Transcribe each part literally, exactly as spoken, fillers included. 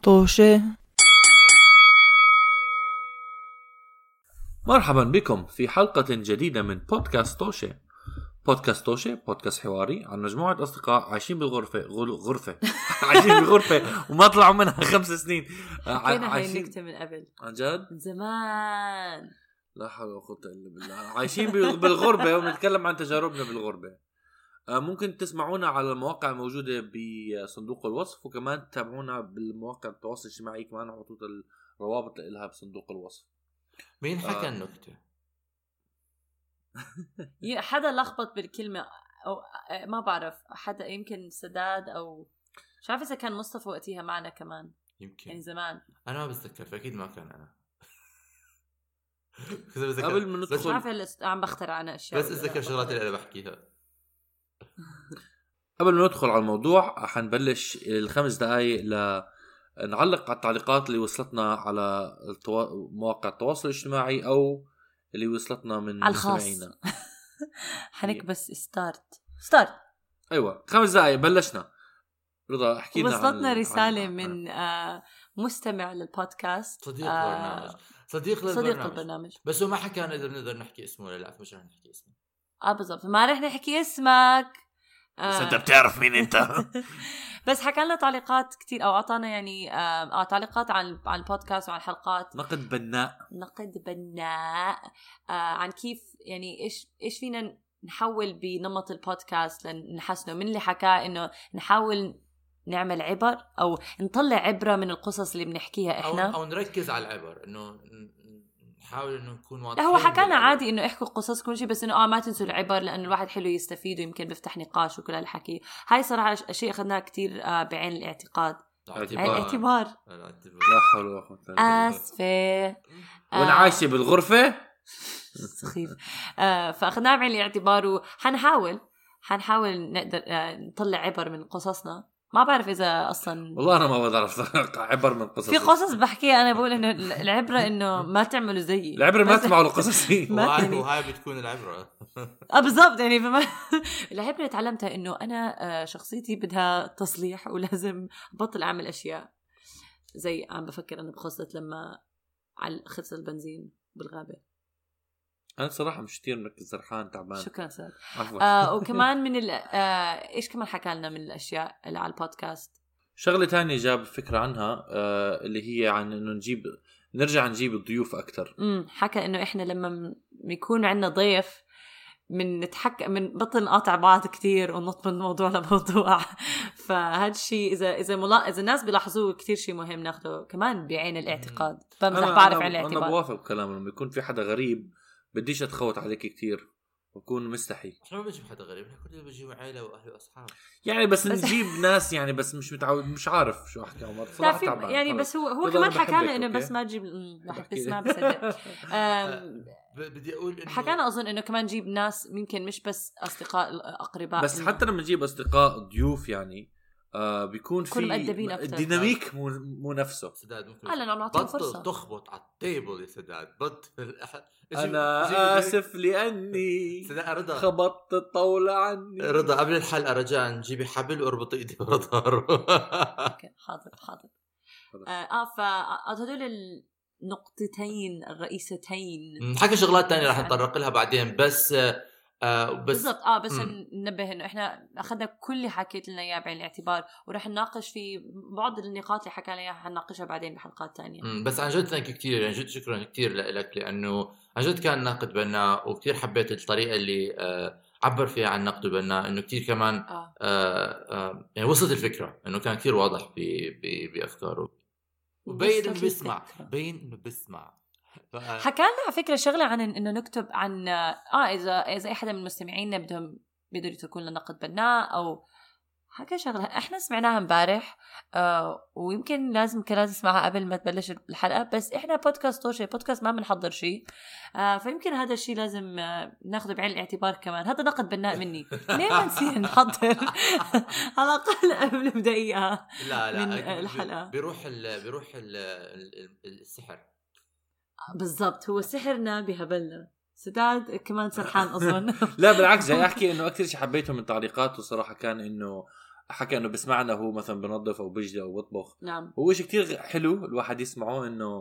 طوشة. مرحبا بكم في حلقة جديدة من بودكاست طوشة. بودكاست طوشة بودكاست حواري عن مجموعة أصدقاء عايشين بالغرفة غل... غرفة عايشين بغرفة وما طلعوا منها خمس سنين. حكينا هاي النكتة من قبل عن جد من زمان. لا حول ولا قوة إلا بالله. عايشين بالغربة ونتكلم عن تجاربنا بالغربة. ممكن تسمعونا على المواقع الموجودة بصندوق الوصف، وكمان تتابعونا بالمواقع التواصل الاجتماعي، كمان محطوط الروابط لها بصندوق الوصف. مين حكى آه. النكتة؟ حدا لخبط بالكلمة أو ما بعرف، حدا يمكن سداد أو مش عارف إذا كان مصطفى وقتها معنا كمان، يمكن يعني زمان أنا ما بتذكر، فأكيد ما كان أنا. قبل ما ندخل بس عارف عم بخترع أنا أشياء، بس أتذكر شغلات اللي أنا بحكيها. قبل ما ندخل على الموضوع حنبلش الخمس دقايق لنعلق على التعليقات اللي وصلتنا على التوا... مواقع التواصل الاجتماعي أو اللي وصلتنا من مستمعينا. حنكبس ستارت ستارت. أيوة خمس دقايق بلشنا. رضا احكي لنا. وصلتنا رسالة عن... من آه مستمع للبودكاست، صديق آه برنامج صديق للبرنامج. صديق البرنامج، بس هو ما حكى لنا إذا بنقدر نحكي اسمه ولا لا، مش رح نحكي اسمه. اه بالضبط، ما رح نحكي اسمك بس آه. انت بتعرف مين انت. بس حكى لنا تعليقات كتير او اعطانا يعني اه, آه تعليقات عن عن البودكاست وعن الحلقات. نقد بناء نقد بناء آه عن كيف يعني ايش ايش فينا نحول بنمط البودكاست لنحسنه. من اللي حكاه انه نحاول نعمل عبر او نطلع عبرة من القصص اللي بنحكيها احنا، او, أو نركز على العبر، انه نحاول انه نكون واضحين. هو حكانا عادي انه احكوا قصص كل شيء، بس انه اه ما تنسوا العبر لانه الواحد حلو يستفيد ويمكن بيفتح نقاش وكل هالحكي. هاي صراحه شيء اخذناه كتير آه بعين الاعتقاد، عين الاعتبار. لا حول ولا قوه الا بالله. اسفه وانا عايشه بالغرفه سخيف. آه فاخذناه بعين الاعتبار وحنحاول حنحاول نقدر آه نطلع عبر من قصصنا. ما بعرف إذا أصلاً والله أنا ما بقدر أفتح عبر من قصص. في قصص بحكيها أنا بقول إنه العبرة إنه ما تعملوا زيي. العبرة ما تسمعوا القصصي. وهاي بتكون العبرة. آه بالضبط يعني فما العبرة تعلمتها إنه أنا شخصيتي بدها تصليح ولازم بطل أعمل أشياء زي عم بفكر أنا بخصت لما على خلص البنزين بالغابة. أنا صراحة مش كتير مركز، سرحان تعبان. شكرا سعد. آه وكمان من ال آه إيش كمان حكى لنا من الأشياء اللي على البودكاست. شغلة تانية جاب فكرة عنها آه اللي هي عن إنه نجيب نرجع نجيب الضيوف أكتر. امم حكى إنه إحنا لما بيكون عندنا ضيف من نتحكى من بطل نقاطع بعض كتير ونطب الموضوع لموضوع. فهذا الشيء إذا إذا ملا إذا الناس بيلاحظوه كتير شيء مهم ناخده كمان بعين الاعتقاد. بمزح بعرف عن الاعتبار. أنا بوافق بكلامه لما يكون في حدا غريب بديش أتخوت عليك كتير وكون مستحي. احنا ما بنجيب حدا غريب، احنا كلنا بنجيب عائله واهل واصحاب يعني بس, بس نجيب ناس يعني بس مش متعود مش عارف شو احكي عمر صراحه تعبان يعني خلص. بس هو هو كمان حكانا انه بس ما تجيب واحد بس ما بصدق. بدي اقول انه حكانا اظن انه كمان نجيب ناس يمكن مش بس اصدقاء اقرباء، بس حتى لما نجيب اصدقاء ضيوف يعني آه بيكون في ديناميك مو مو نفسه. سداد ممكن انا نعطيه فرصه تخبط على التيبل يا سداد. بط انا اسف لاني رضا خبطت الطاوله عني. رضا قبل الحلقه رجاء نجيبي حبل واربط ايدي ورا ظهره. اوكي حاضر حاضر. اه فهذول النقطتين الرئيستين حكي شغلات تانية راح نتطرق لها بعدين. بس آه بس بالضبط اه بس ننبه انه احنا اخذنا كل اللي حكيت لنا اياه بعين الاعتبار وراح نناقش في بعض النقاط اللي حكى لنا اياها حنناقشها بعدين بحلقات تانية. بس عن جد ثانك كثير، يعني جد شكرا كثير لك لانه عن جد كان ناقد بناء وكثير حبيت الطريقه اللي آه عبر فيها عن نقد بناء، انه كثير كمان آه. آه آه يعني وصلت الفكره انه كان كثير واضح بافكاره وبين انه بيسمع بين انه بيسمع. حكى لنا على فكرة شغلة عن إنه نكتب عن آه إذا إذا أحد من المستمعين بدهم بيقدروا يتركون لنا نقد بناء أو حكى شغلة إحنا سمعناها امبارح آه ويمكن لازم كان لازم نسمعها قبل ما تبلش الحلقة. بس إحنا بودكاست طوشة بودكاست ما بنحضر شيء آه فيمكن هذا الشيء لازم آه ناخده بعين الاعتبار. كمان هذا نقد بناء مني ليه ما نسينا نحضر على الأقل قبل بدقيقة لا لا من الحلقة. بيروح ال بيروح ال السحر بالضبط. هو سحرنا بهبلنا. سداد كمان سرحان أظن. لا بالعكس، جاي أحكي إنه أكثر شيء حبيته من تعليقاته صراحة كان إنه حكى انه بسمعنا هو مثلا بنظف او بيجي او بطبخ. نعم. هو شيء كتير حلو الواحد يسمعه. انه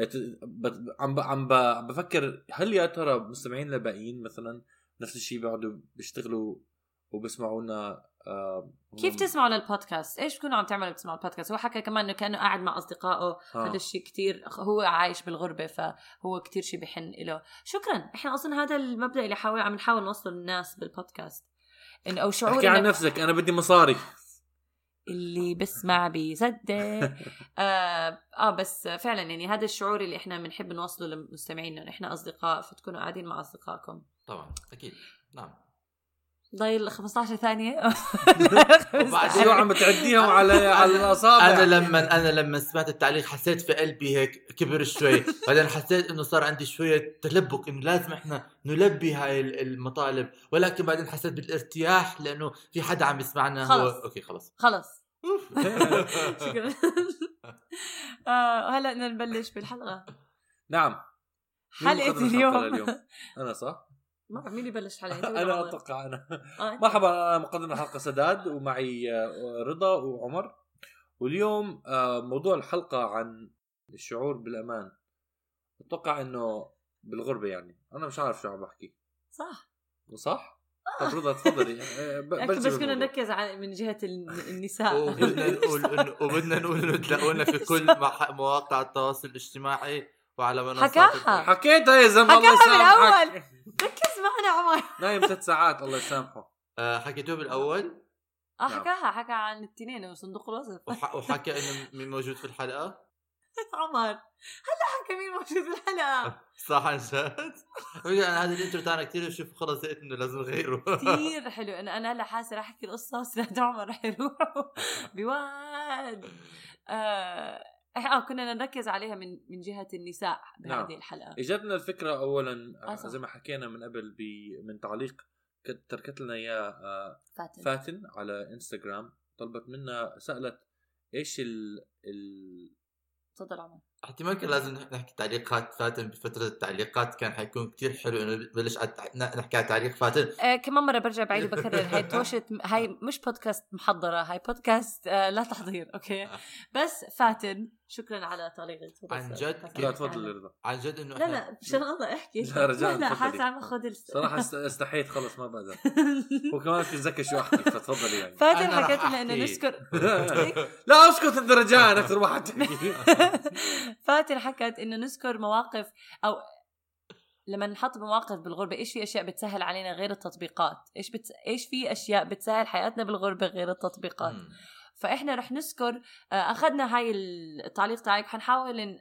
عم عم بفكر هل يا ترى مستمعين الباقيين مثلا نفس الشيء بيقعدوا بيشتغلوا وبسمعونا؟ آه كيف تسمعوا للبودكاست؟ ايش بتكونوا عم تعملوا بتسمعوا البودكاست؟ هو حكى كمان انه كانه قاعد مع اصدقائه. آه. هذا الشيء كتير، هو عايش بالغربه فهو كتير شيء بحن له. شكرا. احنا اصلا هذا المبدا اللي حاول عم نحاول نوصله للناس بالبودكاست، انه او شعور احكي عن نفسك، انا بدي مصاري. اللي بسمع بيصدق. آه, اه بس فعلا يعني هذا الشعور اللي احنا بنحب نوصله لمستمعينا، احنا اصدقاء فتكونوا قاعدين مع اصدقائكم. طبعا اكيد. نعم. ضايل خمسطعش ثانية. وبعدين عم بتعديهم على على الأصابع. أنا لما أنا لما سمعت التعليق حسيت في قلبي هيك كبر شوي. بعدين حسيت إنه صار عندي شوية تلبك إنه لازم إحنا نلبي هاي المطالب، ولكن بعدين حسيت بالارتياح لأنه في حدا عم يسمعنا. خلص. هو أوكي خلص خلص. شكرا. آه هلا نبلش بالحلقة. نعم. حلقة اليوم. اليوم أنا صح؟ ما مين يبلش حلقة؟ أنا أتوقع أنا. مرحبا، أنا مقدم الحلقة سداد ومعي رضا وعمر. واليوم موضوع الحلقة عن الشعور بالأمان. أتوقع إنه بالغربة، يعني أنا مش عارف شو عم بحكي. صح صح؟ طب رضا تفضلي. بس كنا نركز على من جهة النساء. وبدنا نقول وبدنا نقول إنه تلاقونا في كل مواقع التواصل الاجتماعي وعلى منصات. حكاها حكيتها يا زلمة، الله يسامحك. ركز معنا عمر. نايم ثلاث ساعات الله يسامحه. آه حكيته بالأول. اه حكاها حكى عن التنين وصندوق الوصف. وح... وحكى إنه مين موجود في الحلقة. عمر هلا حكى مين موجود في الحلقة. صح عن جد. أنا هذا الانترو تاعنا كتير بشوف خلص زهقت إنه لازم نغيره. كتير حلو. أنا أنا هلا حاسة راح أحكي القصة وسناد عمر راح يروح بواد. آه اه كنا نركز عليها من من جهة النساء بهذه نعم. الحلقة اجتنا الفكرة اولا آه زي ما حكينا من قبل من تعليق تركت لنا اياه آه فاتن. فاتن على انستغرام. طلبت منا، سألت ايش ال ال تفضل عمر. احتمال كان لازم نحكي تعليقات فاتن بفترة التعليقات، كان حيكون كتير حلو انه نبلش نحكي على تعليق فاتن. آه كمان مرة برجع بعيد وبكرر، هاي توشت، هاي مش بودكاست محضرة، هاي بودكاست آه لا تحضير. اوكي بس فاتن شكرا على تعليقك. عن جد لا تفضل رضا. عن جد انه لا لا مشان الله احكي. لا رجال لا حاسة عم اخذ صراحة استحيت خلص ما بقدر. وكمان في ذكي شو احكي فتفضلي يعني. فاتن حكيت لنا انه نذكر. لا اسكت انت رجال اكثر واحد تحكي. فاتن حكت انه نذكر مواقف او لما نحط بمواقف بالغربة ايش في اشياء بتسهل علينا غير التطبيقات، ايش بت... ايش في اشياء بتسهل حياتنا بالغربة غير التطبيقات. م. فاحنا رح نذكر اخذنا هاي التعليق تاعك، حنحاول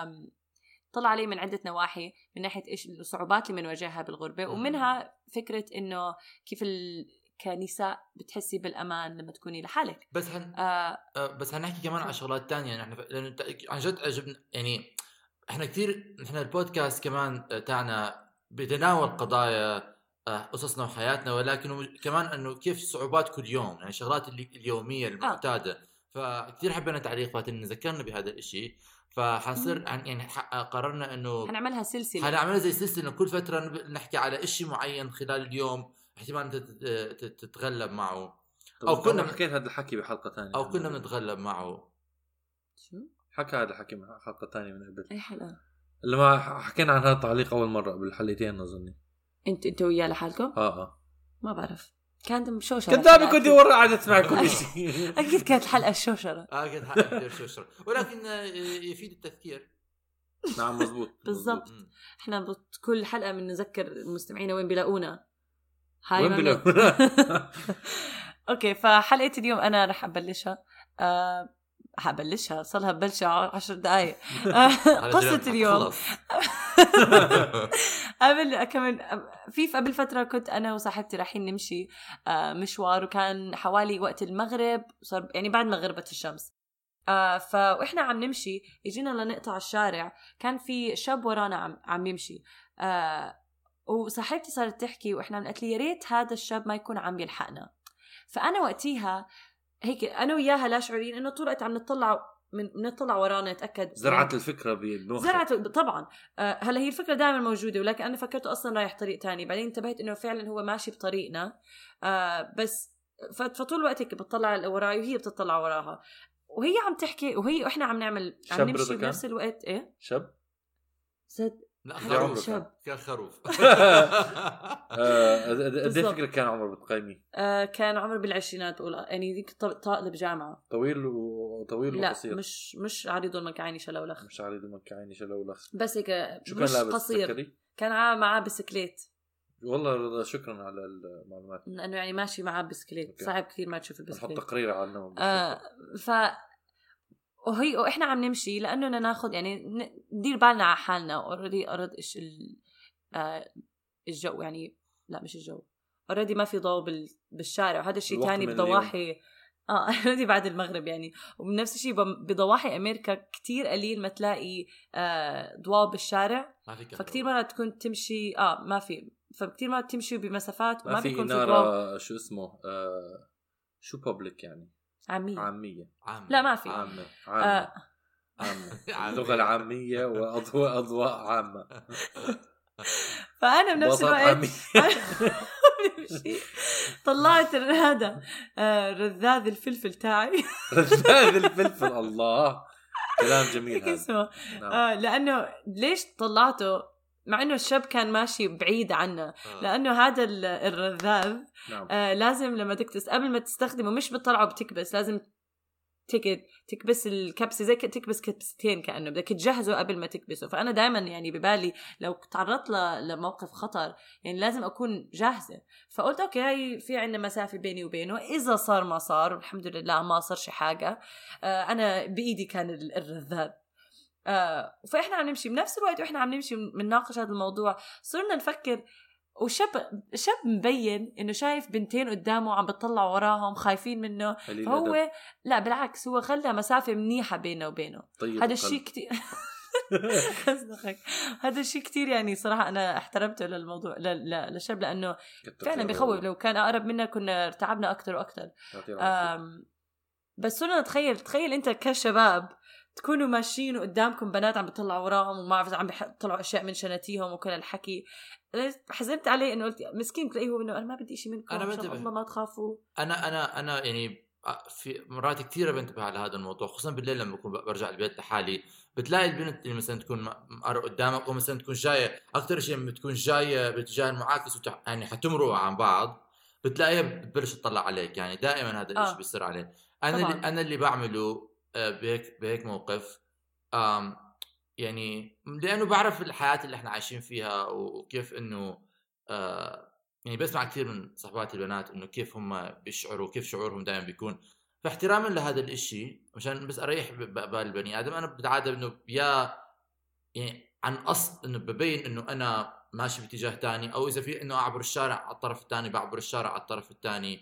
نطلع عليه من عدة نواحي، من ناحية ايش الصعوبات اللي بنواجهها بالغربة، م. ومنها فكرة انه كيف ال... كنساء بتحسي بالأمان لما تكوني لحالك. بس هن... آه بس هنحكي كمان عن شغلات تانية. نحن ف... لأنه عن جد عجبنا يعني احنا كثير، نحن البودكاست كمان تاعنا بيتناول قضايا قصصنا وحياتنا، ولكن كمان انه كيف صعوبات كل يوم، يعني شغلات اللي اليومية المعتادة. آه. فكثير حبينا تعليقات ان نذكرنا بهذا الاشي، فحنصير يعني قررنا انه هنعملها سلسلة، هنعملها زي سلسلة كل فترة نحكي على اشي معين خلال اليوم احتمال تتغلب معه، او كنا حكيت هذا الحكي بحلقة ثانية، او كنا بنتغلب معه. شو حكى هذا الحكي بحلقة ثانية من قبل؟ اي حلقة لما حكينا عن هذا التعليق اول مرة بالحلقتين اظني. انت انت وياه لحالكم؟ اه اه ما بعرف، كانت شوشرة. كذابي كنت ورا قعدت تسمع كل شيء. اكيد كانت الحلقة الشوشرة. اه كانت حلقة شوشرة، ولكن يفيد التذكير. نعم مزبوط بالضبط. احنا بكل حلقة بنذكر المستمعين وين بيلاقونا. هاي وين بيلاقونا؟ اوكي، فحلقة اليوم انا رح ابلشها. أه حبلشها صلها ببلشها عشر دقايق. قصة اليوم قبل كمان في قبل فترة كنت أنا وصاحبتي رايحين نمشي مشوار، وكان حوالي وقت المغرب، صار يعني بعد مغربة الشمس. فإحنا عم نمشي يجينا لنقطع الشارع، كان في شاب ورانا عم عم يمشي، وصاحبتي صارت تحكي وإحنا قالت لي يا ريت هذا الشاب ما يكون عم يلحقنا. فأنا وقتيها هيك أنا وياها لا شعورين إنه طول الوقت عم نطلع من نطلع ورانا نتأكد. زرعت الفكرة بمخك. زرعت طبعا. آه هلا هي الفكرة دائما موجودة، ولكن أنا فكرته أصلا رايح طريق تاني، بعدين انتبهت إنه فعلا هو ماشي بطريقنا. آه بس فطول الوقت هيك بتطلع وراي وهي بتطلع وراها وهي عم تحكي وهي واحنا عم نعمل عم نمشي بنفس الوقت. ايه شاب زد لا خروف شاب كان خروف. قد ايه فكرك كان عمره بتقيمي؟ آه كان عمره بالعشرينات بقول يعني ذيك طالب جامعه. طويل وطويل لا وقصير؟ مش مش عريض المكعيني شلولخ. مش عريض المكعيني شلولخ بس هيك مش قصير. تذكري؟ كان معاه بسكليت. والله رضا شكرا على المعلومات. لانه يعني ماشي معاه بسكليت صعب كثير ما تشوف البسكليت. نحط تقرير عنه. آه ف وهي واحنا عم نمشي لانه ناخذ يعني ندير بالنا على حالنا اوريدي ارد ايش ال... آه الجو يعني لا مش الجو اوريدي ما في ضوء بال... بالشارع وهذا الشيء ثاني بضواحي اه اوريدي بعد المغرب يعني. وبنفس الشيء بضواحي امريكا كتير قليل ما تلاقي آه ضوء بالشارع فكتير مرات تكون تمشي اه ما في فكتير مرات تمشي بمسافات ما, ما بيكون في ضوء. شو اسمه آه شو بابليك يعني عامية. عامية. عامة. لا ما في عامة عامة, آه. عامة. اللغة العامية وأضواء أضواء عامة. فأنا بنفس الوقت طلعت هذا آه رذاذ الفلفل تاعي. رذاذ الفلفل الله كلام جميل هذا اسمه نعم. آه لأنه ليش طلعته مع إنه الشاب كان ماشي بعيد عنا آه. لأنه هذا الرذاذ نعم. آه لازم لما تكبس قبل ما تستخدمه مش بتطلعه بتكبس لازم تك تكبس الكبسة زي تكبس كبستين كأنه بدك تجهزه قبل ما تكبسه. فأنا دائما يعني ببالي لو تعرضت لموقف خطر يعني لازم أكون جاهزة. فقلت أوكي هاي في عندنا مسافة بيني وبينه إذا صار ما صار الحمد لله ما صار شي حاجة آه أنا بإيدي كان الرذاذ. آه فإحنا عم نمشي بنفس الوقت وإحنا عم نمشي بنناقش هذا الموضوع صرنا نفكر وشاب شاب مبين إنه شايف بنتين قدامه عم بتطلع وراهم خايفين منه فهو ده. لا بالعكس هو خلى مسافة منيحة بينه وبينه. طيب هذا الشيء كتير هذا الشيء كتير يعني صراحة أنا احترمته للموضوع للشاب لأنه فعلا بيخوف. لو كان أقرب منا كنا ارتعبنا أكتر وأكتر. بس صرنا نتخيل تخيل أنت كشباب تكونوا ماشيين وقدامكم بنات عم بيطلعوا وراهم وما عم بيطلعوا أشياء من شناتيهم وكل الحكي. حزنت عليه إنه قلت مسكين تلاقيه هو إنه أنا ما بدي إشي منكم أنا عشان الله ما تخافوا. أنا أنا أنا يعني في مرات كثيرة بنتبه على هذا الموضوع خصوصا بالليل لما بكون برجع البيت لحالي بتلاقي البنت اللي مثلا تكون مقرب قدامك أو مثلا تكون جاية أكتر شيء بتكون جاية باتجاه المعاكس وتح... يعني حتمروا عن بعض بتلاقيها بتبلش تطلع عليك. يعني دائما هذا الشيء آه. بيصير عليه. أنا اللي أنا اللي بعمله بهيك بهيك موقف آم يعني لأنه بعرف الحياة اللي احنا عايشين فيها وكيف إنه آه يعني بسمع كثير من صحباتي البنات إنه كيف هم بيشعروا كيف شعورهم دائما بيكون. فاحتراما لهذا الإشي مشان بس أريح بال البني آدم أنا بتعادل إنه يا يعني عن قصد إنه ببين إنه أنا ماشي باتجاه تاني أو إذا في إنه أعبر الشارع على الطرف الثاني بعبر الشارع على الطرف الثاني.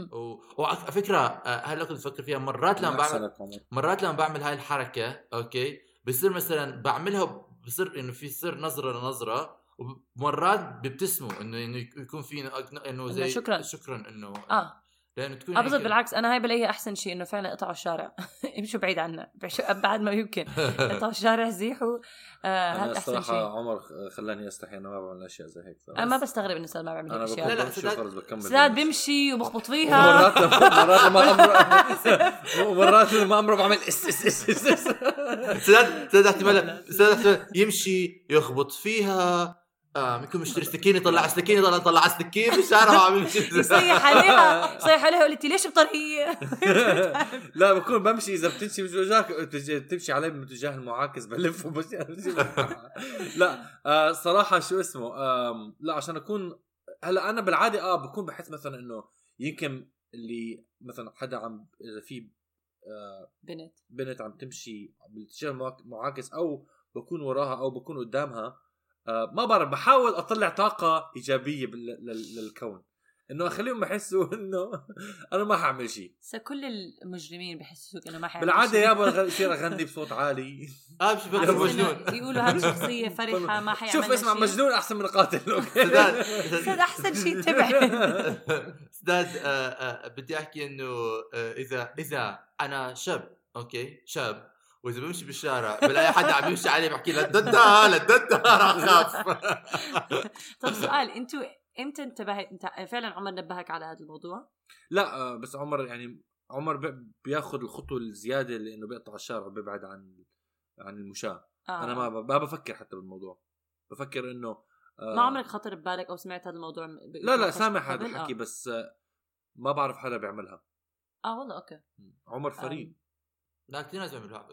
وفكرة هلا كنت بفكر فيها مرات لما بعمل مرات لما بعمل هاي الحركة أوكي بصير مثلا بعملها بصير إنه في صير نظرة لنظرة ومرات بيبتسموا إنه إنه يكون في إنه زي شكرا شكرا إنه آه لأنه تكون أبدا بالعكس أنا هاي بلاقيها أحسن شيء إنه فعلا قطعوا الشارع امشوا بعيد عنا بعد ما يمكن قطعوا الشارع زيحوا آه هذا أحسن شيء. عمر خلاني أستحي أنا ما بعمل أشياء زي هيك. أنا ما بستغرب إن الأستاذ ما بيعمل هيك أشياء. لا لا سداد سداد بيمشي وبخبط فيها مرات مرات ما أمر مرات ما أمر بعمل إس إس إس إس سداد سداد احتمال سداد يمشي يخبط فيها اه يكون مشتري سكينه يطلع سكينه يطلع طلع سكين في الشارع وعم يمشي يصيح عليها يصيح عليها قلت ليش بطريقه لا بكون بمشي اذا بتمشي من وجهك تمشي علي من اتجاه المعاكس بلف وبس لا آه صراحه شو اسمه آه لا عشان اكون هلا انا بالعاده اه بكون بحس مثلا انه يمكن اللي مثلا حدا عم اذا في آه بنت بنت عم تمشي بالاتجاه المعاكس او بكون وراها او بكون قدامها آه ما بعرف بحاول اطلع طاقه ايجابيه للكون انه اخليهم يحسوا انه انا ما هعمل شيء. كل المجرمين بحسوا انه ما حيعمل بالعاده يابا يصير اغني بصوت عالي اه مش مجنون يقولوا هذه شخصيه فرحه ما حيعمل شوف اسمع مجنون احسن من قاتل. اوكي سداد احسن شيء تبع سداد بدي احكي انه اذا اذا انا شاب اوكي شاب وإذا بمشي بالشارع بلاقي حدا عم يمشي عليه بحكي لا ددا لا ددا راح خاف. طب سؤال انتوا امتى انتبهت انت فعلا عمر نبهك على هذا الموضوع؟ لا بس عمر يعني عمر بياخذ الخطوه الزياده لانه بيقطع الشارع وبيبعد عن عن المشاة. آه. انا ما ما بفكر حتى بالموضوع، بفكر انه آه ما عمرك خطر ببالك او سمعت هذا الموضوع؟ لا لا سامع هذا الحكي. آه. بس ما بعرف حدا بيعملها. اه والله اوكي. عمر فريد. آه. لا كثير ناس بيعملوها.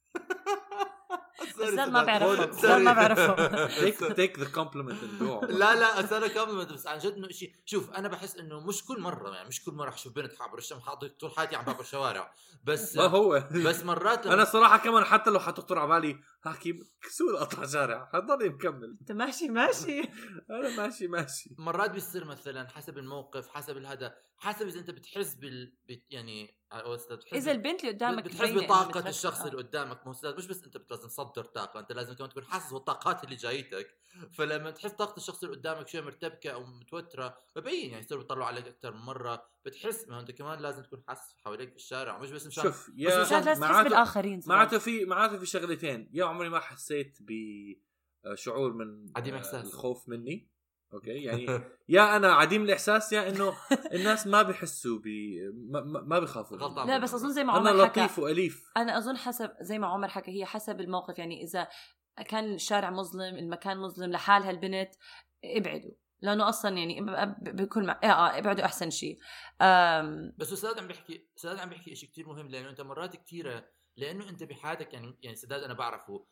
أستاذ ما بعرفه أستاذ ما بعرفه take take the compliment and go. لا لا أستاذ compliment بس عن جد إنه شيء. شوف أنا بحس إنه مش كل مرة يعني مش كل مرة أشوف بنت حابر الشم حاضر طول حياتي عم بعبر الشوارع بس ما هو بس مرات أنا صراحة كمان حتى لو حتخطر على بالي حكي كسول قطع شارع حضرني مكمل. أنت ماشي ماشي أنا ماشي ماشي. مرات بيصير مثلا حسب الموقف حسب الهذا حسب إذا أنت بتحس بال يعني إذا البنت اللي قدامك بتحس بطاقة الشخص اللي قدامك مش بس أنت لازم تصدر طاقة، أنت لازم كمان تكون حاسس بالطاقات اللي جايتك. فلما تحس طاقة الشخص اللي قدامك شوي مرتبكة أو متوترة ببين يعني يصيروا يطلعوا عليك أكتر من مرة بتحس ما أنت كمان لازم تكون حاسس حواليك في الشارع مش بس مشان شوف يا مش لازم تحس بالآخرين. معناته في معناته في شغلتين. يا عمري ما حسيت بشعور من عديم إحساس الخوف مني اوكي يعني يا انا عديم الاحساس يا انه الناس ما بيحسوا ب ما, ما بيخافوا. لا بس اظن زي ما عمر انا حكى لطيف واليف. انا اظن حسب زي ما عمر حكى هي حسب الموقف. يعني اذا كان الشارع مظلم المكان مظلم لحالها البنت ابعدوا لانه اصلا يعني بكل مع... اه ابعدوا احسن شيء. أم... بس سداد عم بيحكي سداد عم بيحكي شيء كتير مهم لانه انت مرات كتيره لانه انت بحياتك يعني يعني سداد انا بعرفه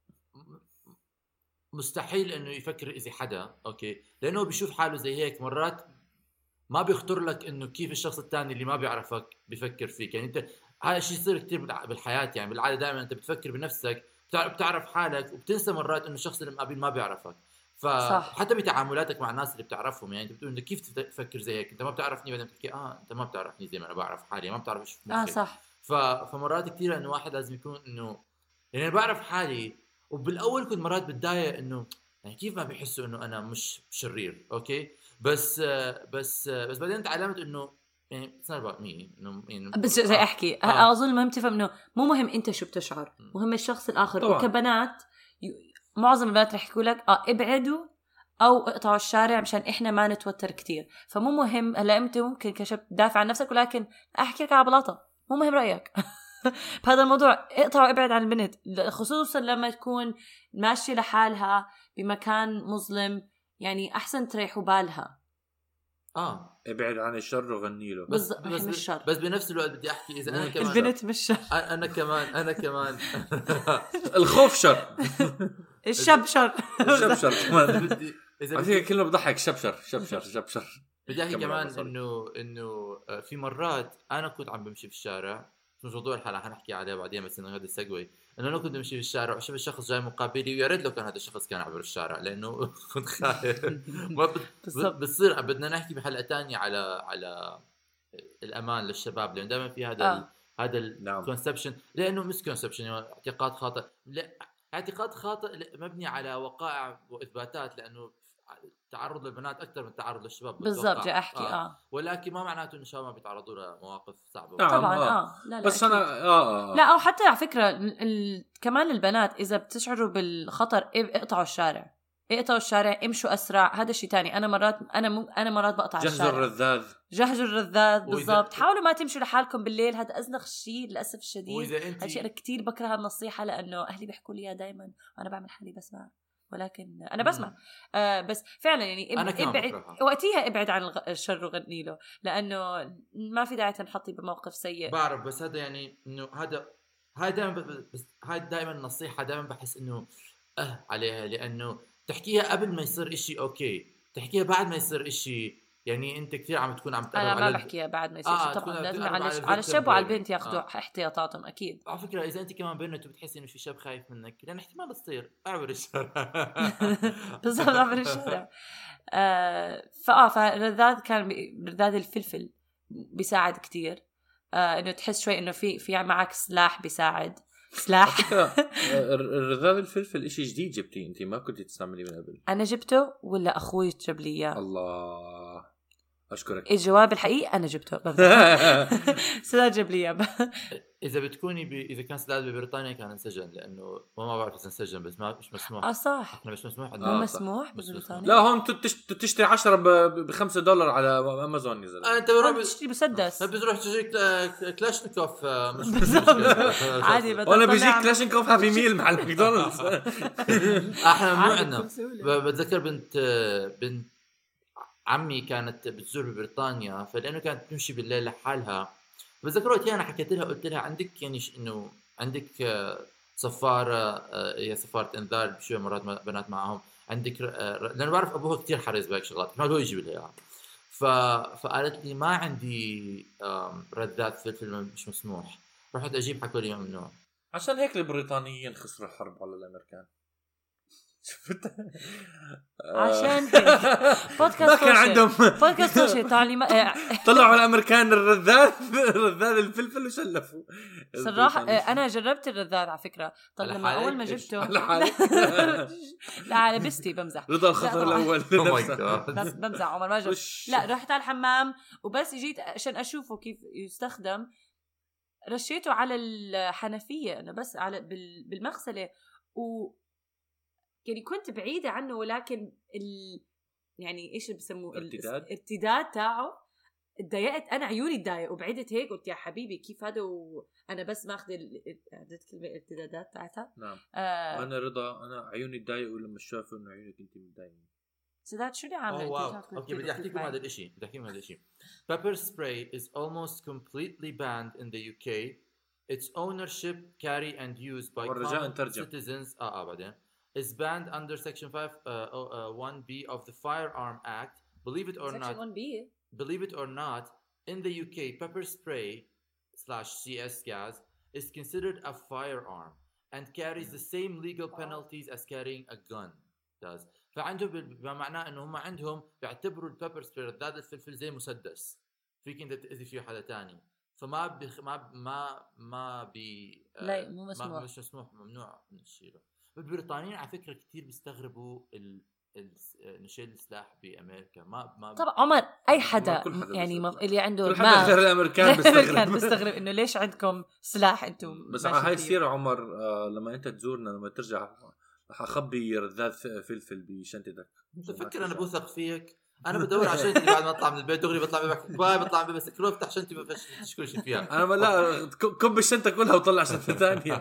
مستحيل انه يفكر اذا حدا اوكي لانه بيشوف حاله زي هيك. مرات ما بيخطر لك انه كيف الشخص الثاني اللي ما بيعرفك بيفكر فيك. يعني انت هذا الشيء يصير كتير بالحياه يعني بالعاده دائما انت بتفكر بنفسك بتعرف حالك وبتنسى مرات انه الشخص اللي مقابل ما بيعرفك. فحتى بتعاملاتك مع الناس اللي بتعرفهم يعني انت بتقول انت كيف تفكر زي هيك انت ما بتعرفني بعدين بتحكي اه انت ما بتعرفني زي ما انا بعرف حالي ما بتعرف ايش اه صح. ف... فمرات كثير انه واحد لازم يكون انه يعني انا بعرف حالي وبالاول كنت مرات بتضايق انه يعني كيف ما بيحسوا انه انا مش شرير اوكي بس بس بس بعدين تعلمت انه يعني صار مي انه يعني بس زي آه. احكي آه. اظن المهم تفهم انه مو مهم انت شو بتشعر مهم الشخص الاخر طبعا. وكبنات معظم البنات رح يقول لك اه ابعدوا او اقطعوا الشارع مشان احنا ما نتوتر كتير. فمو مهم هلا انت ممكن كشاب تدافع عن نفسك ولكن احكي لك على بلاطه مو مهم رايك بهذا الموضوع. اقطع وابعد عن البنت خصوصا لما تكون ماشية لحالها بمكان مظلم يعني أحسن تريحوا بالها. آه ابعد عن الشر وغني له. بس بس, مش الشر. بس بنفس الوقت بدي أحكي إذا أنا كمان البنت مش شر. أنا كمان أنا كمان الخوف شر. الشب شر. الشب شر كمان. بدي إذا بدي كلمة بضحك شبشر شبشر شبشر. بدي أحكي كمان إنه إنه في مرات أنا كنت عم بمشي في الشارع مش موضوع الحلقة حنحكي عليه بعدين بس إنه هذا السجوي إنه أنا كنت مشي في الشارع وشوف الشخص جاي مقابلي ويا ريت لو كان هذا الشخص كان عبر الشارع لأنه كنت خايف. بتصير بدنا نحكي بحلقة تانية على على الأمان للشباب لأنه دائما في هذا آه. هذا الكونسبشن لأنه مش كونسبشن يعني اعتقاد خاطئ لا اعتقاد خاطئ مبني على وقائع وإثباتات لأنه تعرض للبنات أكثر من التعرض للشباب بالضبط جاي أحكي آه. آه ولكن ما معناته إن الشباب ما بيتعرضوا لمواقف صعبة طبعا آه, آه. لا لا بس أنا آه, آه. لا أو حتى على فكرة ال... ال... كمان البنات إذا بتشعروا بالخطر اقطعوا الشارع اقطعوا الشارع امشوا أسرع. هذا شيء تاني أنا مرات أنا م... أنا مرات بقطع جهزوا الشارع. الرذاذ جهزوا الرذاذ بالضبط. حاولوا ما تمشوا لحالكم بالليل هذا أزنخ شيء للأسف الشديد. هذا شيء أنا كتير بكره النصيحة لأنه أهلي بيحكوا لي دائما وأنا بعمل حالي بسمع ولكن أنا بسمع آه بس فعلا يعني اب... ابعد وقتها ابعد عن الشر وغني له لأنه ما في داعي تنحطي بموقف سيء. بعرف بس هذا يعني إنه هذا هاي دائما بس هاي دائما النصيحة دائما بحس إنه أه عليها لأنه تحكيها قبل ما يصير إشي أوكي تحكيها بعد ما يصير إشي يعني أنت كثير عم تكون عم تقرب. أنا ما بحكيها بعد ما يصير آه طبعا لازم على على الشاب وعلى البنت ياخذوا آه. احتياطاتهم أكيد. على فكرة إذا أنت كمان بنت وبتحسي إنه في شاب خايف منك لأن احتمال تصير أعبر الشارع. بالضبط أعبر الشارع. آه فآه فالرذاذ كان رذاذ الفلفل بيساعد كتير آه إنه تحس شوي إنه في في معك سلاح بيساعد. سلاح. الرذاذ الفلفل إشي جديد جبتيه أنت ما كنت تستعمليه من قبل. أنا جبته ولا أخوي جاب لي إياه؟ الله اشكرك. الجواب الحقيقي انا جبته. سداد جاب لي. اذا بتكوني ب... اذا كان سداد ببريطانيا كان انسجن، لانه ما ما بعرف اذا انسجن، بس ما مش مسموح. اه صح، احنا مش مسموح مو مسموح ببريطانيا. لا هون تشتري عشرة ب خمسة دولار على امازون يا زلمه. انت بروح تشتري مسدس، بتروح تشتري كلاشنكوف مش عادي. وانا بيجيك كلاشنكوف هابي ميل مع ماكدونالدز. احنا مو عندنا. بتذكر بنت بنت عمي كانت بتزور ببريطانيا، فلانه كانت تمشي بالليل لحالها. بتذكر وقت انا حكيت لها قلت لها عندك يعني انه عندك صفاره، هي صفاره انذار بشويه مرات بنات معهم عندك، لانه بعرف ابوها كتير حريص بهيك شغلات، ما هو يجيب لها اياها. ف... فقالت لي ما عندي رذاذ فلفل مش مسموح. رحت اجيب، حكوا لي ممنوع. عشان هيك البريطانيين خسروا الحرب على الامريكان. شفت؟ عشان هيك بودكاست ما كان عندهم بودكاست سوشي تعليمات. طلعوا الامريكان الرذاذ رذاذ الفلفل وشلفوا. صراحه انا جربت الرذاذ على فكره. طب لما اول ما جبته لا على بستي بمزح. رضا الخطر الاول بس بمزح عمر ما جبت. لا رحت على الحمام وبس جيت عشان اشوفه كيف يستخدم، رشيته على الحنفيه انا بس على بالمغسله، و يعني كنت بعيدة عنه، ولكن ال يعني إيش بسموه الارتداد تاعه اتضايقت أنا، عيوني اتضايق وبعدت هيك. قلت يا حبيبي كيف هذا وأنا بس ماخذ عدت كلمة الارتدادات تاعتها. نعم. آه. أنا رضا أنا عيوني اتضايقوا لما شافوا إنه عيونك أنت متضايقين. سداد شو اللي عامل؟ أوكي بدي أحكيكم هذا الإشي بدي أحكيكم هذا الإشي. Pepper spray is almost completely banned in the U K. Its ownership, carry and use by common citizens. آه آه بعدين. is banned under Section five one B of the Firearm Act. Believe it or Section not. Section one B. Believe it or not, in the U K, pepper spray slash C S gas is considered a firearm and carries the same legal penalties as carrying a gun does. فعندهم بمعنى إنه هم عندهم بيعتبروا البيبر سبراي رذاذ الفلفل زي مسدس فيك أنت تأذي فيه حدا تاني. فما بخ... ما ما ما بي لا مو مسموح، مش مسموح، ممنوع نشيله. البريطانيين على فكرة كتير بيستغربوا ال نشيل السلاح بأمريكا. ما ما طبعا عمر أي حدا, حدا يعني مف... اللي عنده كل حدا غير الأمريكان بيستغرب بيستغرب إنه ليش عندكم سلاح أنتم. بس على هاي السيرة عمر آه لما أنت تزورنا لما ترجع رح أخبي رذاذ فلفل بشنطتك. تفكر أنا بوثق فيك. أنا بدور على شنطتي بعد ما أطلع من البيت دغري بطلع ببكي باي بطلع بس كله افتح شنطتي ما فيش كل شيء فيها. أنا لا كب الشنطة كلها وطلع شنطة ثانية.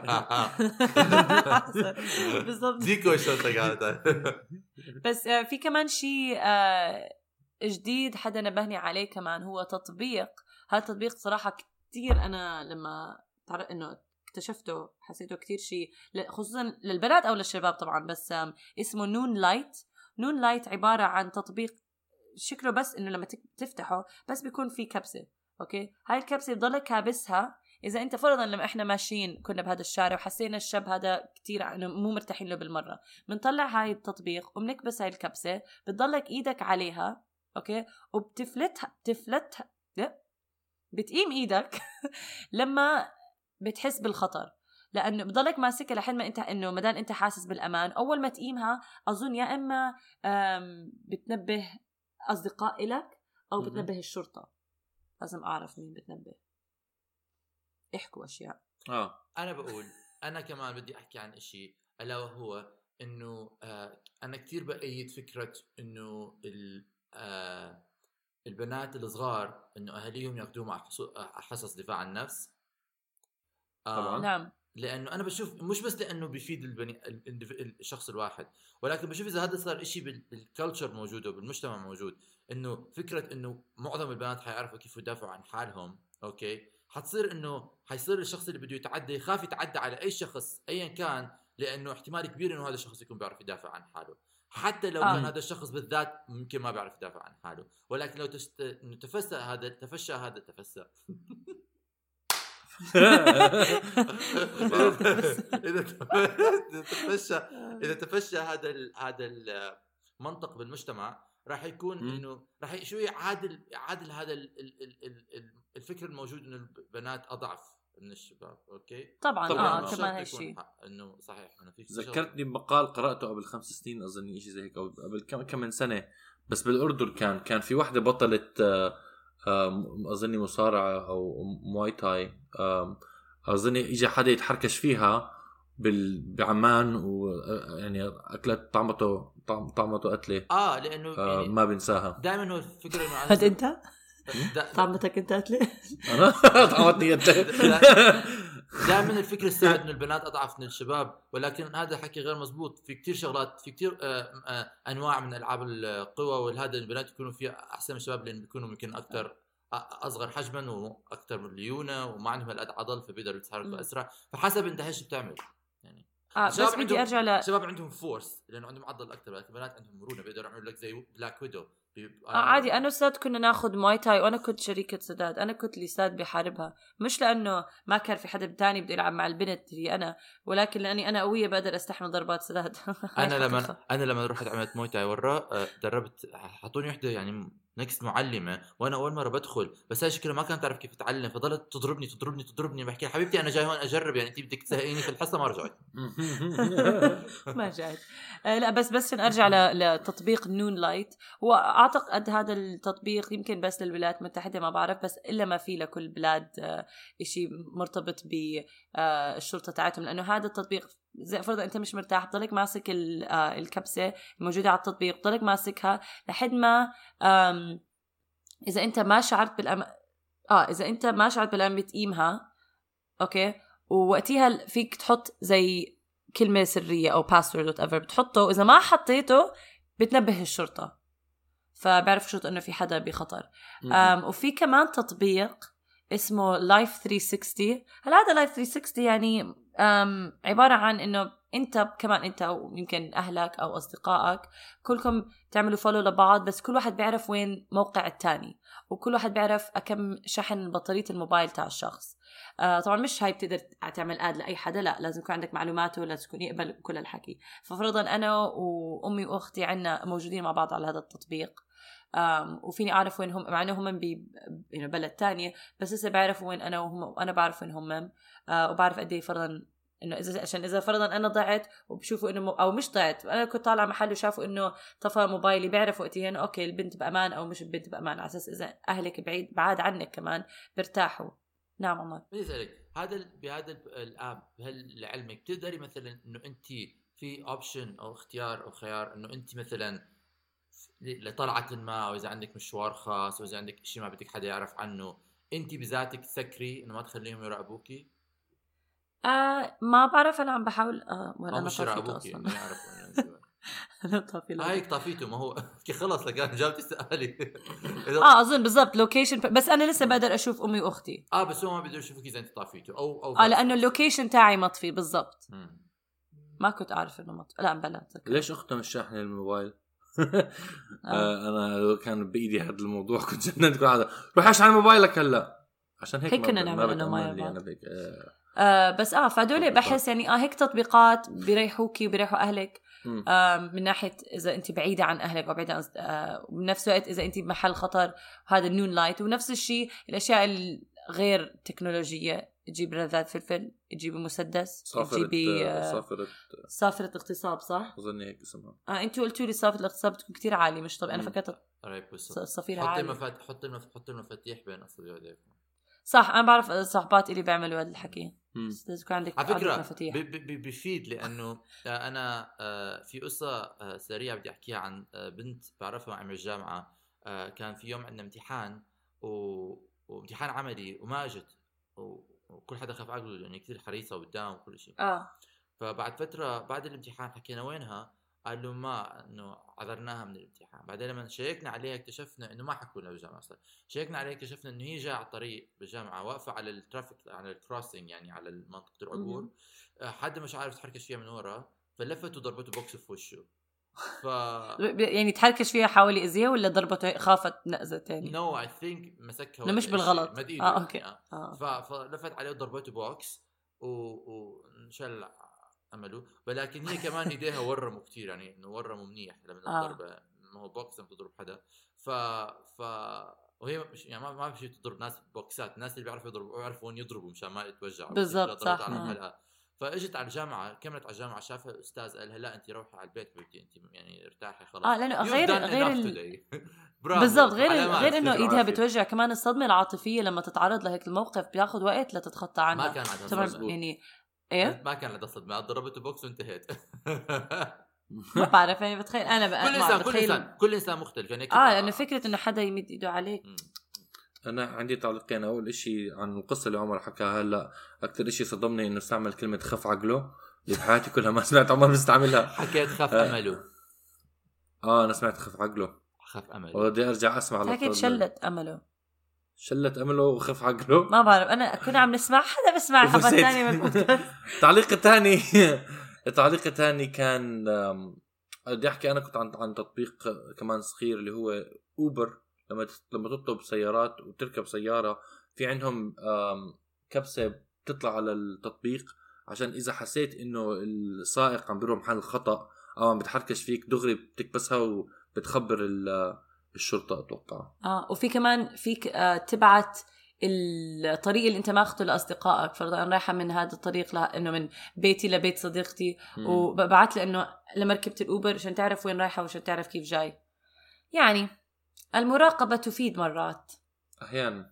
بالضبط ديكو الشنطة قاعدة. بس في كمان شيء جديد حدا نبهني عليه كمان، هو تطبيق. هذا التطبيق صراحة كتير أنا لما تعرف إنه اكتشفته حسيته كتير شيء خصوصا للبنات أو للشباب طبعا، بس اسمه نون لايت. نون لايت عبارة عن تطبيق شكله بس إنه لما تفتحه بس بيكون في كبسة. أوكي، هاي الكبسة بضلك كابسها. إذا أنت فرضاً لما إحنا ماشيين كنا بهذا الشارع وحسينا الشاب هذا كتير إنه مو مرتاحين له بالمرة، بنطلع هاي التطبيق وبنكبس هاي الكبسة، بتضلك إيدك عليها أوكي، وبتفلتها بتفلتها بتقيم إيدك لما بتحس بالخطر، لأنه بضلك ماسكها لحد ما أنت إنه مدان أنت حاسس بالأمان. أول ما تقيمها أظن يا إما بتنبه أصدقاء إلك أو بتنبه الشرطة. لازم أعرف مين بتنبه. احكوا أشياء. آه أنا بقول أنا كمان بدي أحكي عن إشي، ألا وهو إنه آه أنا كتير بأيد فكرة إنه آه البنات الصغار إنه أهليهم ياخدوهم على حصص دفاع عن النفس. آه طبعا نعم، لأنه أنا بشوف مش بس لأنه بيفيد البني الشخص الواحد، ولكن بشوف إذا هذا صار إشي بالكالتشر موجود وبالمجتمع موجود، إنه فكرة إنه معظم البنات حيعرفوا كيف يدافعوا عن حالهم. أوكي، حتصير إنه حيصير الشخص اللي بده يتعدى يخاف يتعدى على أي شخص أيا كان، لأنه احتمال كبير إنه هذا الشخص يكون بيعرف يدافع عن حاله، حتى لو آه. كان هذا الشخص بالذات ممكن ما بيعرف يدافع عن حاله. ولكن لو تست... إنه تفسى هذا تفشى هذا تفسى إذا تفشى إذا تفشى هذا ال... هذا المنطق بالمجتمع راح يكون إنه راح شوي عادل عادل هذا ال... ال... ال... الفكر الموجود إنه البنات أضعف من الشباب. أوكي طبعا, طبعاً. آه كمان هالشيء إنه صحيح. أنا ذكرتني بمقال قرأته قبل خمس سنين أظن شيء زي هيك أو قبل كم كم من سنة بس بالاردن كان كان في واحده بطلت اظني مصارعه او مواي تاي، اظني اجى حدا يتحركش فيها بعمان ويعني اكلت طعمته طعم طعمته قتله اه لانه آه يعني ما بنساها دائما هو الفكره انه هاد انت طعمتك انت قتله انا طعمتني انت. دائما الفكره السائد انه البنات اضعف من الشباب، ولكن هذا حكي غير مزبوط. في كتير شغلات، في كتير آه آه انواع من العاب القوى والهذا البنات يكونوا فيها احسن من الشباب، لان بيكونوا يمكن اكثر اصغر حجما واكثر من ليونه وما عندهم هالقد عضل، فبيقدروا يتحركوا اسرع. فحسب انت ايش بتعمل يعني. آه بس بدي ارجع ل الشباب عندهم فورس لانه عندهم عضل اكثر، لكن البنات عندهم مرونه، بيقدروا يعملوا لك زي بلاك ويدو. آه عادي. انا وسداد كنا ناخذ ماي تاي وانا كنت شريكه سداد، انا كنت اللي سداد بحاربها، مش لانه ما كان في حدا تاني بده يلعب مع البنت هي انا، ولكن لاني انا قويه بقدر استحمل ضربات سداد. انا لما انا لما رحت عملت موي تاي ورا دربت، حطوني وحده يعني نكست معلمه، وانا اول مره بدخل بس هي شكلها ما كانت تعرف كيف تتعلم، فضلت تضربني تضربني تضربني بحكي حبيبتي انا جاي هون اجرب، يعني انت بدك تزهقيني في الحصه. ما رجعت ما جاي. آه لا بس بس ارجع لتطبيق نون لايت. هو اعتقد هذا التطبيق يمكن بس للولايات المتحده، ما بعرف، بس الا ما في لكل بلاد آه شيء مرتبط بالشرطه آه تاعتهم، لانه هذا التطبيق زي فرضا انت مش مرتاح بضلك ماسك آه الكبسه الموجوده على التطبيق، بضلك ماسكها لحد ما آم اذا انت ما شعرت بالأم... اه اذا انت ما شعرت بالأم بتقيمها اوكي، ووقتها فيك تحط زي كلمه سريه او باسورد وات ايفر بتحطه، اذا ما حطيته بتنبه الشرطه، فبعرف الشرطه انه في حدا بخطر. آم وفي كمان تطبيق اسمه لايف ثلاثمية وستين. هل هذا لايف ثلاثمية وستين يعني آم عباره عن انه انت كمان انت ويمكن اهلك او اصدقائك كلكم تعملوا فولو لبعض، بس كل واحد بيعرف وين موقع التاني، وكل واحد بيعرف كم شحن بطارية الموبايل تاع الشخص. آه طبعا مش هاي بتقدر تعمل اد لاي حدا، لا لازم يكون عندك معلوماته، لازم يكون يقبل كل الحكي. ففرضا انا وامي واختي عنا موجودين مع بعض على هذا التطبيق، آم وفيني اعرف وين هم، مع انه هم ببلد تانية، بس لسه بعرف وين انا وهم، وانا بعرف وين هم. آه وبعرف قد ايه فرضا انه اذا عشان اذا فرضا انا ضعت وبشوفوا انه م... او مش ضعت، انا كنت طالعه محل وشافوا انه طفى موبايلي، بيعرفوا وقتها انه اوكي البنت بامان او مش البنت بامان، على اساس اذا اهلك بعيد بعاد عنك كمان بيرتاحوا. نعم عمر. بدي اسالك، هذا بهذا الاب هل لعلمك بتقدري مثلا انه انت في اوبشن او اختيار او خيار انه انت مثلا لطلعه ما، او اذا عندك مشوار خاص، او اذا عندك شيء ما بدك حدا يعرف عنه، انت بذاتك تسكري انه ما تخليهم يراقبوكي؟ آه ما بعرف، انا عم بحاول آه ولا انا طافيته اصلا انه يعرفوا انا طافي هيك طافيته، ما هو كي خلص لك انا جاوبت سؤالي. اه اظن بالضبط لوكيشن، بس انا لسه بقدر اشوف امي واختي. اه بس هو ما بيقدر يشوفك اذا انت طافيته او او اه لانه اللوكيشن تاعي مطفي بالضبط. ما كنت اعرف انه مطفي. لا بلا ليش اختها مش شاحنه الموبايل؟ آه انا لو كان بايدي هذا الموضوع كنت جننت هذا روح اشحن موبايلك هلا، عشان هيك هيك كنا نعمل انه ما انا بيك آه. آه بس اه فهدول بحس يعني اه هيك تطبيقات بيريحوكي وبيريحوا اهلك آه من ناحيه اذا انت بعيده عن اهلك او بعيده عن آه وبنفس الوقت اذا انت بمحل خطر، هذا النون لايت. ونفس الشيء الاشياء الغير تكنولوجيه، تجيب رذاذ فلفل، تجيبي مسدس، تجيبي آه صافره صافره اغتصاب، صح اظن هيك اسمها. اه انتوا قلتوا لي صافره الاغتصاب بتكون كتير عالي، مش طبيعي. انا فكرت الصفيره عالي. حط المفاتيح حط المفاتيح المفاتيح بين اصابعك. صح انا بعرف صاحبات اللي بيعملوا هذا الحكي، بس لازم يكون عندك على فكره بيفيد، لانه انا في قصه سريعه بدي احكيها عن بنت بعرفها عم الجامعه. كان في يوم عندنا امتحان وامتحان عملي وما اجت، وكل حدا خاف عقله لانه كثير حريصه وقدام وكل شيء. اه فبعد فتره بعد الامتحان حكينا وينها، قال له ما انه عذرناها من الامتحان. بعدين لما شيكنا عليها اكتشفنا انه ما حكوا لنا بالجامعه اصلا، شيكنا عليها اكتشفنا انه هي جايه على الطريق بالجامعه واقفه على الترافيك على الكروسنج يعني على منطقه العبور، حد مش عارف يتحركش فيها من ورا فلفت وضربته بوكس في وشه. ف يعني تحركش فيها حاولي اذيه ولا ضربته خافت نقزه ثاني؟ نو اي ثينك مسكها مش بالغلط اه اوكي آه. فلفت عليه وضربته بوكس وانشل عملوا، ولكن هي كمان ايديها ورموا كتير، يعني انه ورموا منيح لما الضربه آه. ما هو بوكس لما تضرب حدا ف ف وهي مش يعني ما ما بشي تضرب ناس بوكسات، الناس اللي بيعرفوا يضربوا يعرفوا وين يضربوا مشان ما يتوجعوا بالضبط صح على الحلقه. فاجت على الجامعه كملت على الجامعه شافها الاستاذ قال لها لا انت روحي على البيت بنتي انت يعني ارتاحي خلاص. اه لانه غير غير ال... بالضبط غير غير انه ايدها بتوجع كمان الصدمه العاطفيه لما تتعرض لهيك الموقف بياخذ وقت لتتخطى عنها. ما كان طبعا يعني ايه ما كان عندها صدمه ضربته بوكس وانتهت. ما بعرف يعني بتخيل انا بقى كل انسان كل انسان كل انسان مختلف يعني اه لانه فكره انه حدا يمد ايده عليك. انا عندي تعليقين. اول إشي عن القصه اللي عمر حكاها هلا اكثر إشي صدمني انه استعمل كلمه خف عقله اللي بحياتي كلها ما سمعت عمر بيستعملها. حكيت خف امله. اه انا سمعت خف عقله خف امله وبدي ارجع اسمع. حكيت شلت امله شلت امله وخف عقله. ما بعرف انا كنا عم نسمع حدا بسمع حبه ثانيه من البودكاست. تعليق الثاني التعليق الثاني كان بدي احكي انا كنت عن عن تطبيق كمان صغير اللي هو اوبر. لما لما تطلب سيارات وتركب سياره في عندهم كبسه بتطلع على التطبيق عشان اذا حسيت انه السائق عم بيروح محل خطا او عم بتحركش فيك دغري بتكبسها وبتخبر الشرطه اتوقع. اه وفي كمان فيك آه تبعت الطريق اللي انت ماخذه لاصدقائك. فرضا انا رايحه من هذا الطريق لانه من بيتي لبيت صديقتي وببعت له انه لما ركبت الاوبر عشان تعرف وين رايحه وعشان تعرف كيف جاي. يعني المراقبه تفيد مرات احيانا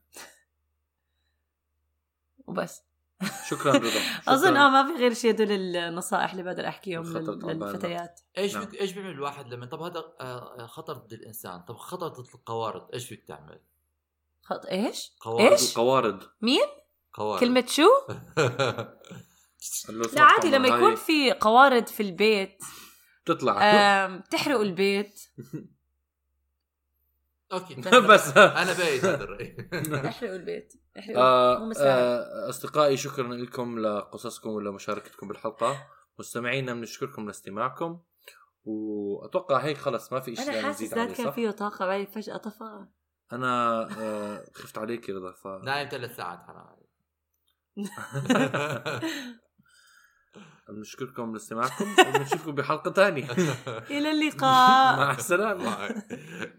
وبس. شكرا رضا. اظن اه ما في غير شيء هدول النصائح اللي بقدر احكيهم للفتيات. ايش نعم. ايش بيعمل الواحد لما طب هذا خطر ضد الانسان طب خطر ضد القوارض ايش فيك تعمل؟ خط ايش قوارض. ايش قوارض مين قوارض كلمه شو؟ لا عادي لما يكون في قوارض في البيت تطلع تحرق البيت. اوكي بس انا بايد هذا الراي. احرقوا البيت آه آه اصدقائي شكرا لكم لقصصكم ولمشاركتكم بالحلقه. مستمعينا بنشكركم لاستماعكم واتوقع هيك خلص ما في شيء انا حاسس ذات كان فيه طاقه بعدين فجاه طفى. انا آه خفت عليك يا رضا ف نايم ثلاث ساعات حرام. بنشكركم لاستماعكم وبنشوفكم بحلقه ثانيه. الى اللقاء مع السلامه.